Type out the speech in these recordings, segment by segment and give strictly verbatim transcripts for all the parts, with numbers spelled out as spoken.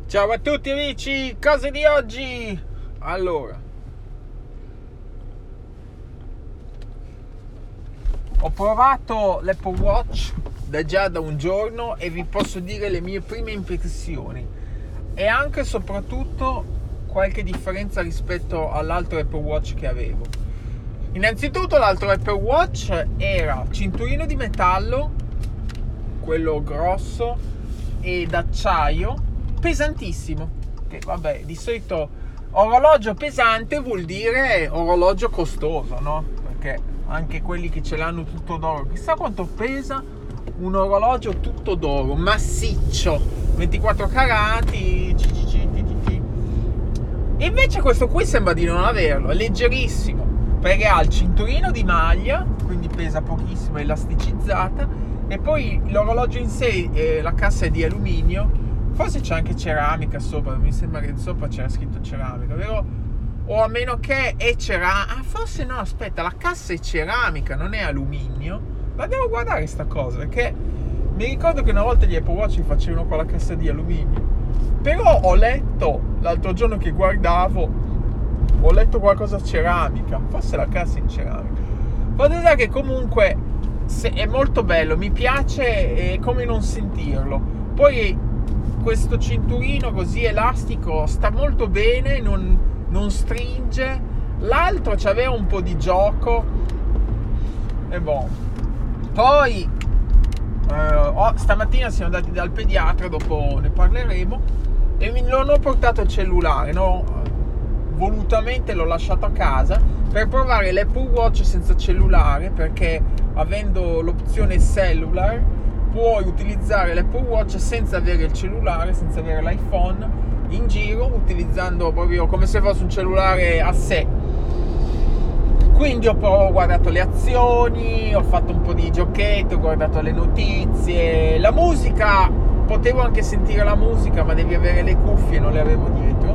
Ciao a tutti amici, cose di oggi. Allora, ho provato l'Apple Watch da già da un giorno e vi posso dire le mie prime impressioni e anche e soprattutto qualche differenza rispetto all'altro Apple Watch che avevo. Innanzitutto l'altro Apple Watch era cinturino di metallo, quello grosso e d'acciaio, pesantissimo. Che vabbè, di solito orologio pesante vuol dire orologio costoso, no? Perché anche quelli che ce l'hanno tutto d'oro, chissà quanto pesa un orologio tutto d'oro, massiccio, ventiquattro carati. E invece questo qui sembra di non averlo, è leggerissimo, perché ha il cinturino di maglia, quindi pesa pochissimo, è elasticizzata, e poi l'orologio in sé, eh, la cassa è di alluminio, forse c'è anche ceramica sopra, mi sembra che sopra c'era scritto ceramica, vero? O a meno che è ceramica, ah forse no, aspetta, la cassa è ceramica, non è alluminio, ma devo guardare sta cosa, perché mi ricordo che una volta gli Apple Watch li facevano con la cassa di alluminio, però ho letto, l'altro giorno che guardavo, ho letto qualcosa ceramica, forse la cassa è in ceramica. Fate vedere che comunque se è molto bello, mi piace, è come non sentirlo. Poi questo cinturino così elastico sta molto bene, non, non stringe. L'altro c'aveva un po' di gioco e boh. Poi eh, oh, stamattina siamo andati dal pediatra, dopo ne parleremo, e mi, non ho portato il cellulare, no? Volutamente l'ho lasciato a casa per provare l'Apple Watch senza cellulare, perché avendo l'opzione cellular puoi utilizzare l'Apple Watch senza avere il cellulare, senza avere l'iPhone in giro, utilizzando proprio come se fosse un cellulare a sé. Quindi ho, ho guardato le azioni, ho fatto un po' di giochetto, ho guardato le notizie, la musica, potevo anche sentire la musica, ma devi avere le cuffie, non le avevo dietro.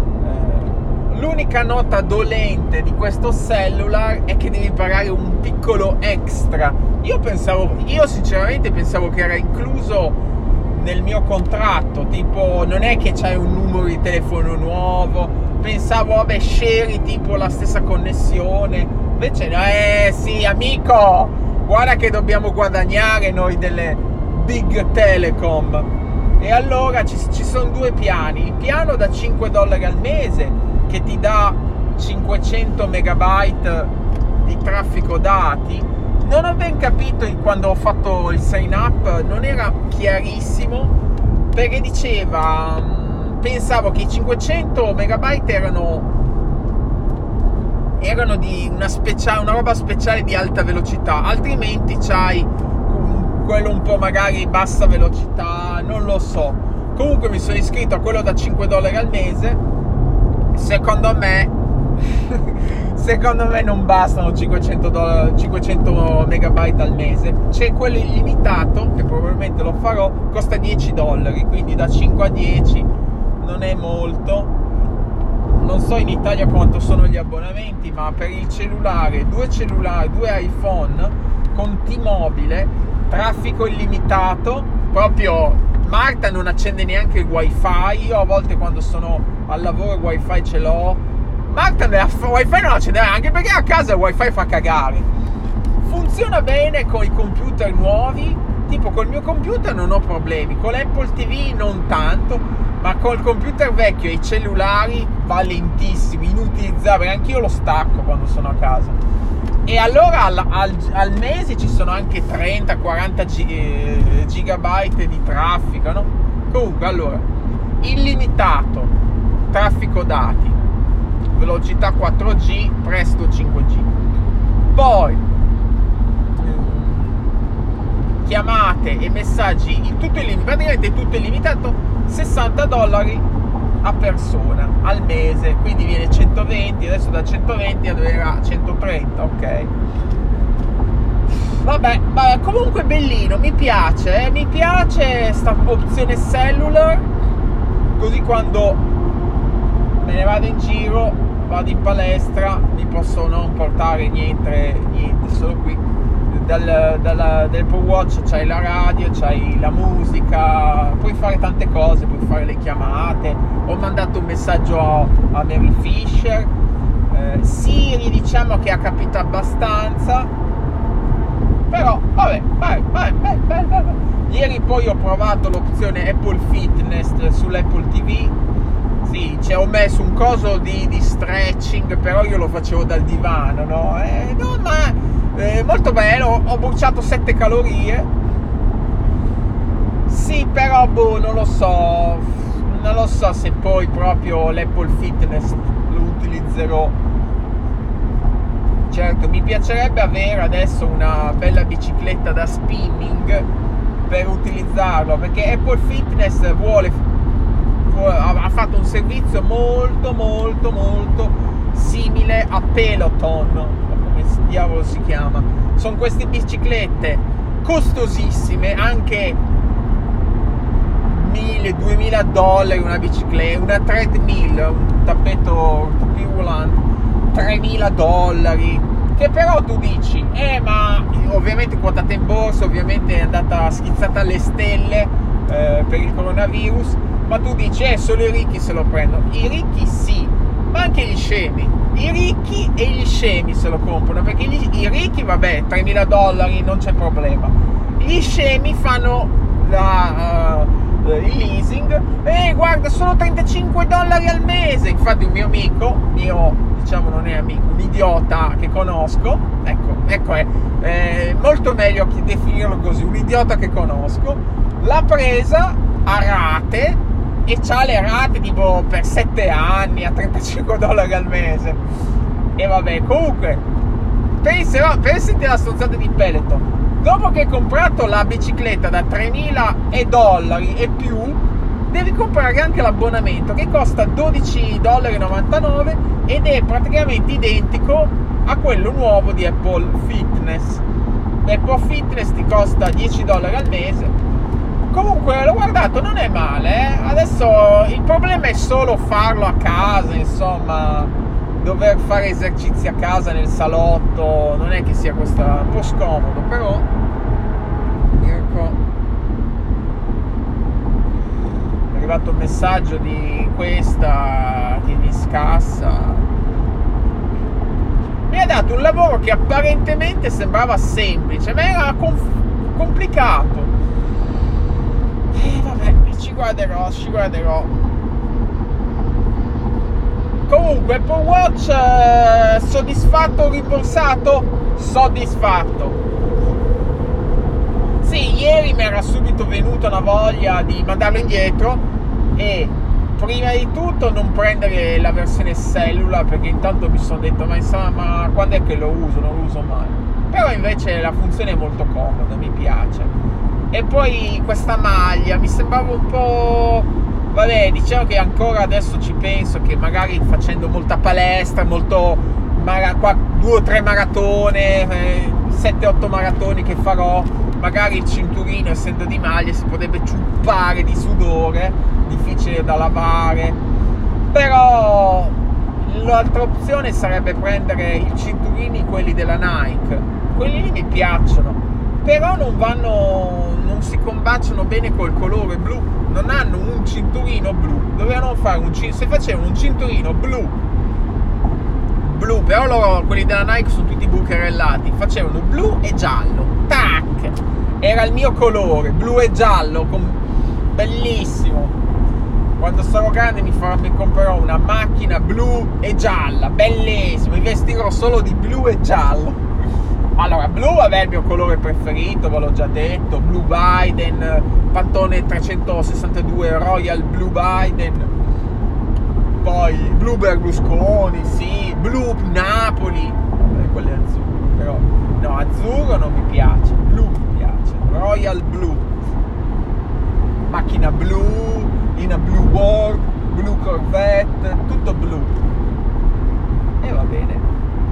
Eh, l'unica nota dolente di questo cellular è che devi pagare un piccolo extra. Io pensavo, io sinceramente pensavo che era incluso nel mio contratto, tipo non è che c'hai un numero di telefono nuovo, pensavo vabbè share tipo la stessa connessione, invece no, eh sì amico, guarda che dobbiamo guadagnare noi delle Big Telecom. E allora ci, ci sono due piani, il piano da cinque dollari al mese che ti dà cinquecento megabyte di traffico dati. Non ho ben capito quando ho fatto il sign up, non era chiarissimo, perché diceva, pensavo che i cinquecento megabyte erano erano di una speciale, una roba speciale di alta velocità, altrimenti c'hai quello un po' magari bassa velocità, non lo so. Comunque mi sono iscritto a quello da cinque dollari al mese. Secondo me secondo me non bastano cinquecento megabyte al mese. C'è quello illimitato che probabilmente lo farò, costa dieci dollari, quindi da cinque a dieci non è molto. Non so in Italia quanto sono gli abbonamenti, ma per il cellulare, due cellulari, due iPhone con T-Mobile, traffico illimitato, proprio Marta non accende neanche il wifi. Io a volte quando sono al lavoro il wifi ce l'ho, Marta il wifi non accende, anche perché a casa il wifi fa cagare. Funziona bene con i computer nuovi, tipo col mio computer non ho problemi, con l'Apple ti vu non tanto, ma col computer vecchio e i cellulari va lentissimo, inutilizzabile, anch'io lo stacco quando sono a casa. E allora al, al, al mese ci sono anche trenta quaranta gi, gigabyte di traffico, no? Comunque allora, illimitato, traffico dati, velocità quattro G, presto cinque G, poi chiamate e messaggi, in tutto illimitato, praticamente tutto illimitato, sessanta dollari a persona al mese, quindi viene centoventi, adesso da centoventi arriverà a centotrenta, ok. Vabbè, vabbè, comunque bellino, mi piace, eh? mi piace sta opzione cellular, così quando me ne vado in giro, vado in palestra, mi posso non portare niente, niente, solo qui dal, dalla, dall'Apple Watch c'hai la radio, c'hai la musica, puoi fare tante cose, puoi fare le chiamate. Ho mandato un messaggio a, a Mary Fisher. eh, Siri diciamo che ha capito abbastanza, però vabbè, vai, vai, vai, vai, vai. Ieri poi ho provato l'opzione Apple Fitness sull'Apple ti vu. Sì, cioè ho messo un coso di, di stretching, però io lo facevo dal divano, no? Eh, no, ma eh, molto bello, ho bruciato sette calorie. Sì, però boh, non lo so, non lo so se poi proprio l'Apple Fitness lo utilizzerò. Certo, mi piacerebbe avere adesso una bella bicicletta da spinning per utilizzarlo, perché Apple Fitness vuole ha fatto un servizio molto molto molto simile a Peloton, come diavolo si chiama. Sono queste biciclette costosissime, anche mille duemila dollari una bicicletta, una treadmill, un tappeto più volante, tremila dollari, che però tu dici eh ma ovviamente quotata in borsa, ovviamente è andata schizzata alle stelle eh, per il coronavirus. Ma tu dici, eh, solo i ricchi se lo prendono. I ricchi sì, ma anche gli scemi. I ricchi e gli scemi se lo comprano, perché gli, i ricchi, vabbè, tremila dollari, non c'è problema. Gli scemi fanno la, uh, il leasing, e eh, guarda, sono trentacinque dollari al mese. Infatti un mio amico, mio, diciamo non è amico, un idiota che conosco, ecco, ecco è, è molto meglio definirlo così, un idiota che conosco, l'ha presa a rate, e c'ha le rate tipo per sette anni a trentacinque dollari al mese. E vabbè, comunque pensi, no, pensate alla stronzata di Peloton. Dopo che hai comprato la bicicletta da tremila dollari e più, devi comprare anche l'abbonamento, che costa dodici virgola novantanove dollari ed è praticamente identico a quello nuovo di Apple Fitness. Apple Fitness ti costa dieci dollari al mese. Comunque l'ho guardato, non è male, eh? Adesso il problema è solo farlo a casa, insomma, dover fare esercizi a casa nel salotto, non è che sia questo un po' scomodo, però ecco, è arrivato un messaggio di questa che mi scassa. Mi ha dato un lavoro che apparentemente sembrava semplice, ma era conf- complicato. Eh vabbè, ci guarderò, ci guarderò. Comunque Apple Watch eh, soddisfatto o rimborsato? Soddisfatto. Sì, ieri mi era subito venuta una voglia di mandarlo indietro, e prima di tutto non prendere la versione cellular, perché intanto mi sono detto ma insomma, ma quando è che lo uso? Non lo uso mai. Però invece la funzione è molto comoda, mi piace. E poi questa maglia mi sembrava un po', vabbè, diciamo che ancora adesso ci penso che magari facendo molta palestra, molto mara, qua, due o tre maratone, eh, sette otto maratoni che farò, magari il cinturino, essendo di maglia, si potrebbe ciuppare di sudore, difficile da lavare. Però l'altra opzione sarebbe prendere i cinturini, quelli della Nike. Quelli lì mi piacciono, però non vanno, non si combaciano bene col colore blu, non hanno un cinturino blu. Dovevano fare un cinturino, se facevano un cinturino blu blu, però loro, quelli della Nike, sono tutti bucherellati, facevano blu e giallo, tac, era il mio colore, blu e giallo, con... bellissimo. Quando sarò grande mi, farò, mi comprerò una macchina blu e gialla, bellissimo, mi vestirò solo di blu e giallo. Allora, blu, vabbè, è il mio colore preferito, ve l'ho già detto, Blue Biden, Pantone trecentosessantadue Royal Blue Biden, poi Blu Berlusconi, sì, Blu Napoli, vabbè, quello è azzurro, però, no, azzurro non mi piace, blu mi piace, Royal Blue, macchina blu, in a blue world, blu Corvette, tutto blu, e va bene.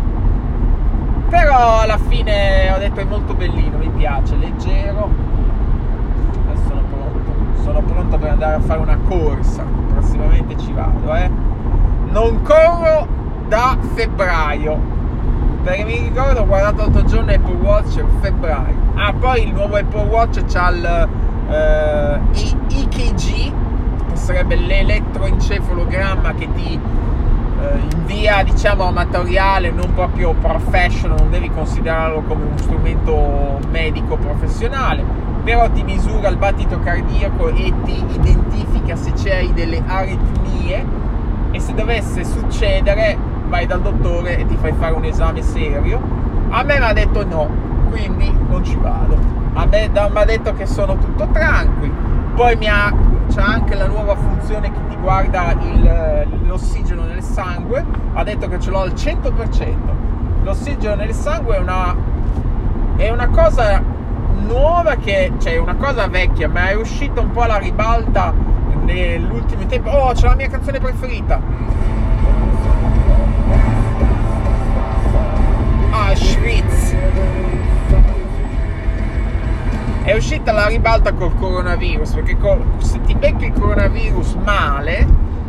Però alla fine ho detto è molto bellino, mi piace, leggero. Adesso sono pronto, sono pronto per andare a fare una corsa, prossimamente ci vado, eh. Non corro da febbraio, perché mi ricordo, ho guardato l'altro giorno Apple Watch febbraio. Ah, poi il nuovo Apple Watch c'ha il eh, E K G, che sarebbe l'elettroencefalogramma che ti eh, invia, diciamo, amatoriale, non proprio professional, non devi considerarlo come uno strumento medico professionale, però ti misura il battito cardiaco e ti identifica se c'hai delle aritmie, e se dovesse succedere vai dal dottore e ti fai fare un esame serio. A me mi ha detto no, quindi non ci vado. A me mi ha detto che sono tutto tranquillo. Poi mi ha, c'ha anche la nuova funzione che ti guarda il, l'ossigeno nel sangue. Ha detto che ce l'ho al cento per cento. L'ossigeno nel sangue è una, è una cosa nuova, che, cioè una cosa vecchia, ma è uscita un po' alla ribalta nell'ultimo tempo. Oh, c'è la mia canzone preferita. Auschwitz. È uscita alla ribalta col coronavirus, perché se ti becchi il coronavirus male,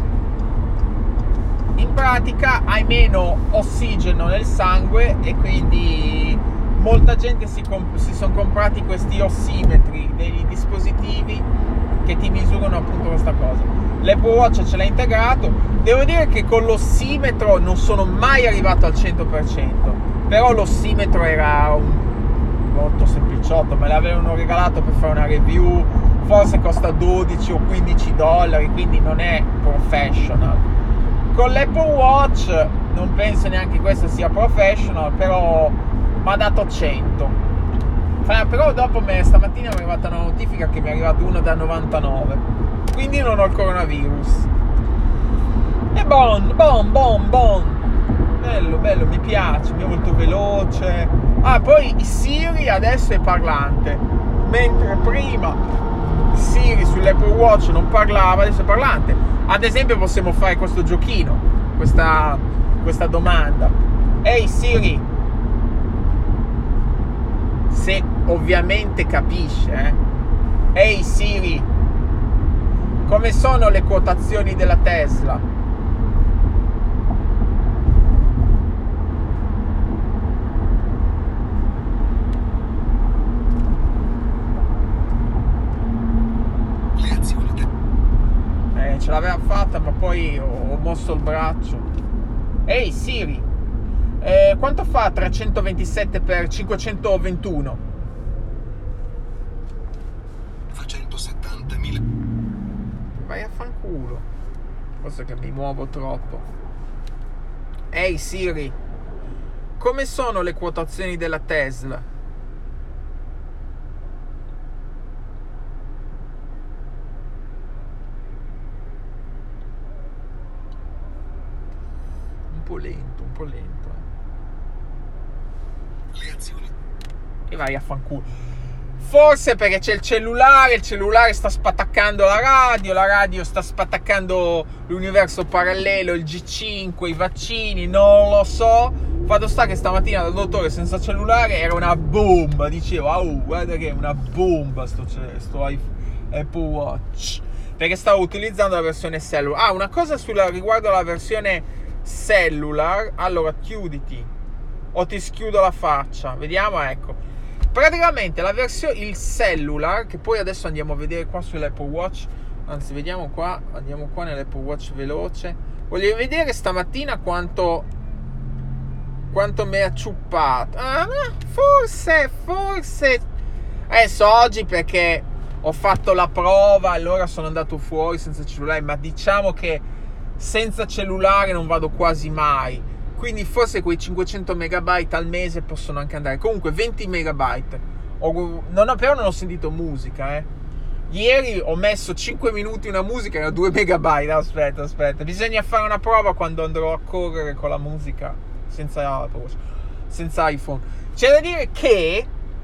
in pratica hai meno ossigeno nel sangue, e quindi molta gente si, comp- si sono comprati questi ossimetri, dei dispositivi che ti misurano appunto questa cosa. L'Apple Watch ce l'ha integrato. Devo dire che con l'ossimetro non sono mai arrivato al cento per cento, però l'ossimetro era un molto sempliciotto, me l'avevano regalato per fare una review, forse costa dodici o quindici dollari, quindi non è professional. Con l'Apple Watch non penso neanche questo sia professional, però mi ha dato cento. Però dopo me, stamattina mi è arrivata una notifica che mi è arrivato uno da novantanove, quindi non ho il coronavirus. E bon, bon, bon, bon. Bello, bello, mi piace, mi è molto veloce. Ah, poi Siri adesso è parlante, mentre prima Siri sull'Apple Watch non parlava, adesso è parlante. Ad esempio possiamo fare questo giochino, questa, questa domanda. Ehi Siri, se ovviamente capisce, eh? Ehi Siri, come sono le quotazioni della Tesla? Eh, ce l'aveva fatta, ma poi ho, ho mosso il braccio. Ehi Siri, Eh, quanto fa trecentoventisette per cinquecentoventuno? Fa centosettantamila. Vai a fanculo. Forse che mi muovo troppo. Ehi Siri, come sono le quotazioni della Tesla? Un po' lento, un po' lento. Le azioni. E vai a fanculo. Forse perché c'è il cellulare, il cellulare sta spattaccando la radio, la radio sta spattaccando l'universo parallelo, il G cinque, i vaccini, non lo so. Fatto sta che stamattina dal dottore senza cellulare era una bomba, diceva, oh, guarda che è una bomba sto, sto Apple Watch, perché stavo utilizzando la versione cellular. Ah, una cosa sulla, riguardo alla versione cellular, allora chiuditi o ti schiudo la faccia, vediamo, ecco. Praticamente la versione, il cellular, che poi adesso andiamo a vedere qua sull'Apple Watch, anzi vediamo qua, andiamo qua nell'Apple Watch veloce, voglio vedere stamattina quanto quanto mi ha ciuppato. Ah, forse forse adesso oggi, perché ho fatto la prova, allora sono andato fuori senza cellulare, ma diciamo che senza cellulare non vado quasi mai, quindi forse quei cinquecento megabyte al mese possono anche andare. Comunque venti megabyte. Ho, non ho, però non ho sentito musica, eh. Ieri ho messo cinque minuti una musica, era due megabyte. Aspetta, aspetta. Bisogna fare una prova quando andrò a correre con la musica senza, senza iPhone. C'è da dire che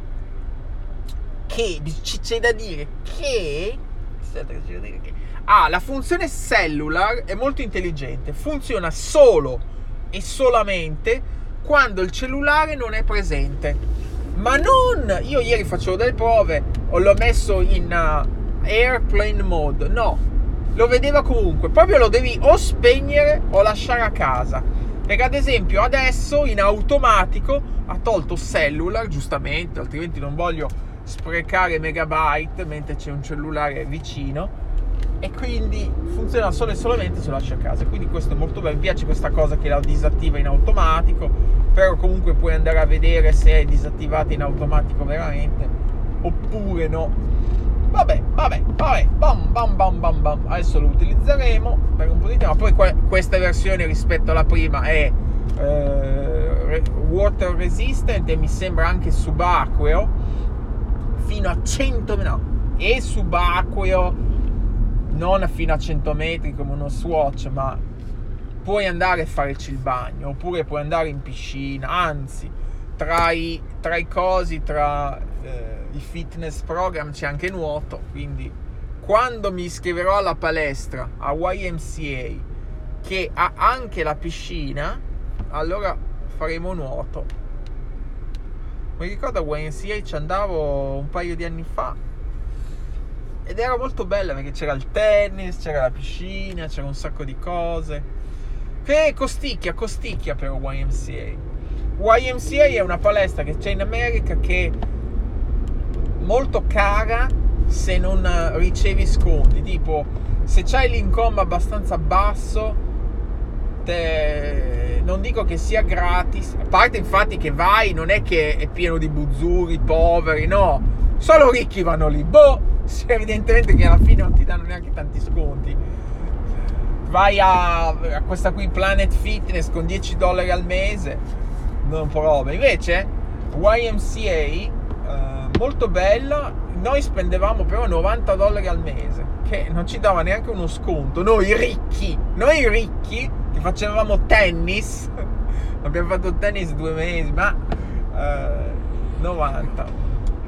che c'è da dire che aspetta, c'è da dire che ah, la funzione cellular è molto intelligente. Funziona solo e solamente quando il cellulare non è presente, ma non, io ieri facevo delle prove, o l'ho messo in uh, airplane mode, no, lo vedeva comunque, proprio lo devi o spegnere o lasciare a casa. Perché ad esempio adesso in automatico ha tolto cellular, giustamente, altrimenti non voglio sprecare megabyte mentre c'è un cellulare vicino, e quindi funziona solo e solamente se lo lasci a casa. Quindi questo è molto bello, mi piace questa cosa che la disattiva in automatico, però comunque puoi andare a vedere se è disattivata in automatico veramente oppure no. Vabbè, vabbè, vabbè, bam, bam, bam, bam, bam. Adesso lo utilizzeremo per un po' di tempo. Poi que- questa versione rispetto alla prima è eh, water resistant e mi sembra anche subacqueo fino a cento metri, no, e subacqueo non fino a cento metri come uno Swatch, ma puoi andare a farci il bagno, oppure puoi andare in piscina, anzi tra i, tra i cosi, tra eh, i fitness program c'è anche nuoto, quindi quando mi iscriverò alla palestra, a Y M C A, che ha anche la piscina, allora faremo nuoto. Mi ricordo a Y M C A ci andavo un paio di anni fa ed era molto bella perché c'era il tennis, c'era la piscina, c'era un sacco di cose. Che costicchia, costicchia per Y M C A. Y M C A è una palestra che c'è in America che è molto cara se non ricevi sconti. Tipo, se c'hai l'income abbastanza basso, te... non dico che sia gratis. A parte infatti che vai, non è che è pieno di buzzuri, poveri, no. Solo ricchi vanno lì. Boh, evidentemente che alla fine non ti danno neanche tanti sconti. Vai a, a questa qui Planet Fitness con dieci dollari al mese, non prova. Invece Y M C A eh, molto bella. Noi spendevamo però novanta dollari al mese, che non ci dava neanche uno sconto. Noi ricchi, noi ricchi che facevamo tennis abbiamo fatto tennis due mesi, ma eh, novanta.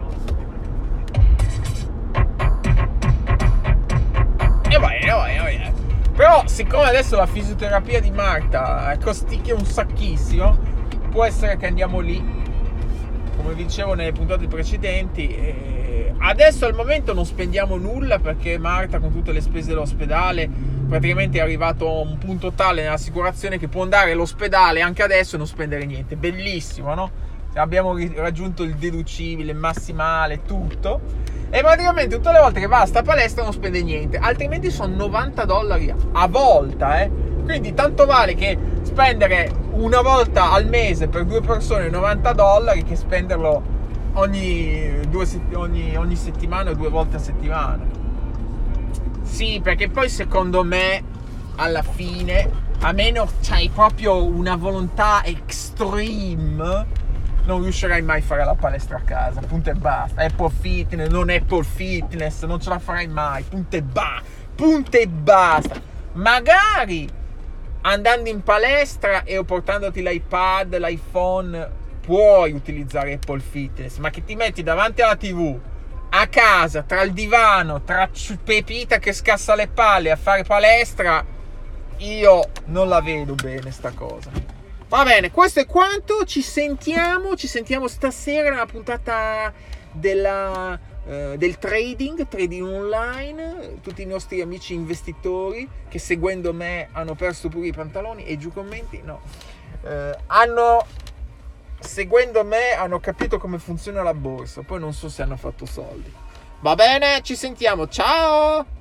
E vai, e vai, e vai. Però siccome adesso la fisioterapia di Marta costicchia un sacchissimo, può essere che andiamo lì, come vi dicevo nelle puntate precedenti. E adesso al momento non spendiamo nulla perché Marta, con tutte le spese dell'ospedale, praticamente è arrivato a un punto tale nell'assicurazione che può andare all'ospedale anche adesso e non spendere niente. Bellissimo, no? Abbiamo raggiunto il deducibile, il massimale, tutto, e praticamente tutte le volte che va a sta palestra non spende niente, altrimenti sono novanta dollari a volta, eh? Quindi tanto vale che spendere una volta al mese per due persone novanta dollari che spenderlo ogni, due, ogni, ogni settimana o due volte a settimana. Sì, perché poi secondo me alla fine, a meno c'hai proprio una volontà extreme, non riuscirai mai a fare la palestra a casa, punto e basta. Apple Fitness, non Apple Fitness, non ce la farai mai, punto e basta, punto e basta. Magari andando in palestra e portandoti l'iPad, l'iPhone, puoi utilizzare Apple Fitness, ma che ti metti davanti alla tivù, a casa, tra il divano, tra Pepita che scassa le palle a fare palestra, io non la vedo bene sta cosa. Va bene, questo è quanto, ci sentiamo, ci sentiamo stasera nella puntata della, eh, del trading, trading online, tutti i nostri amici investitori che seguendo me hanno perso pure i pantaloni e giù commenti, no, eh, hanno, seguendo me hanno capito come funziona la borsa, poi non so se hanno fatto soldi. Va bene, ci sentiamo, ciao!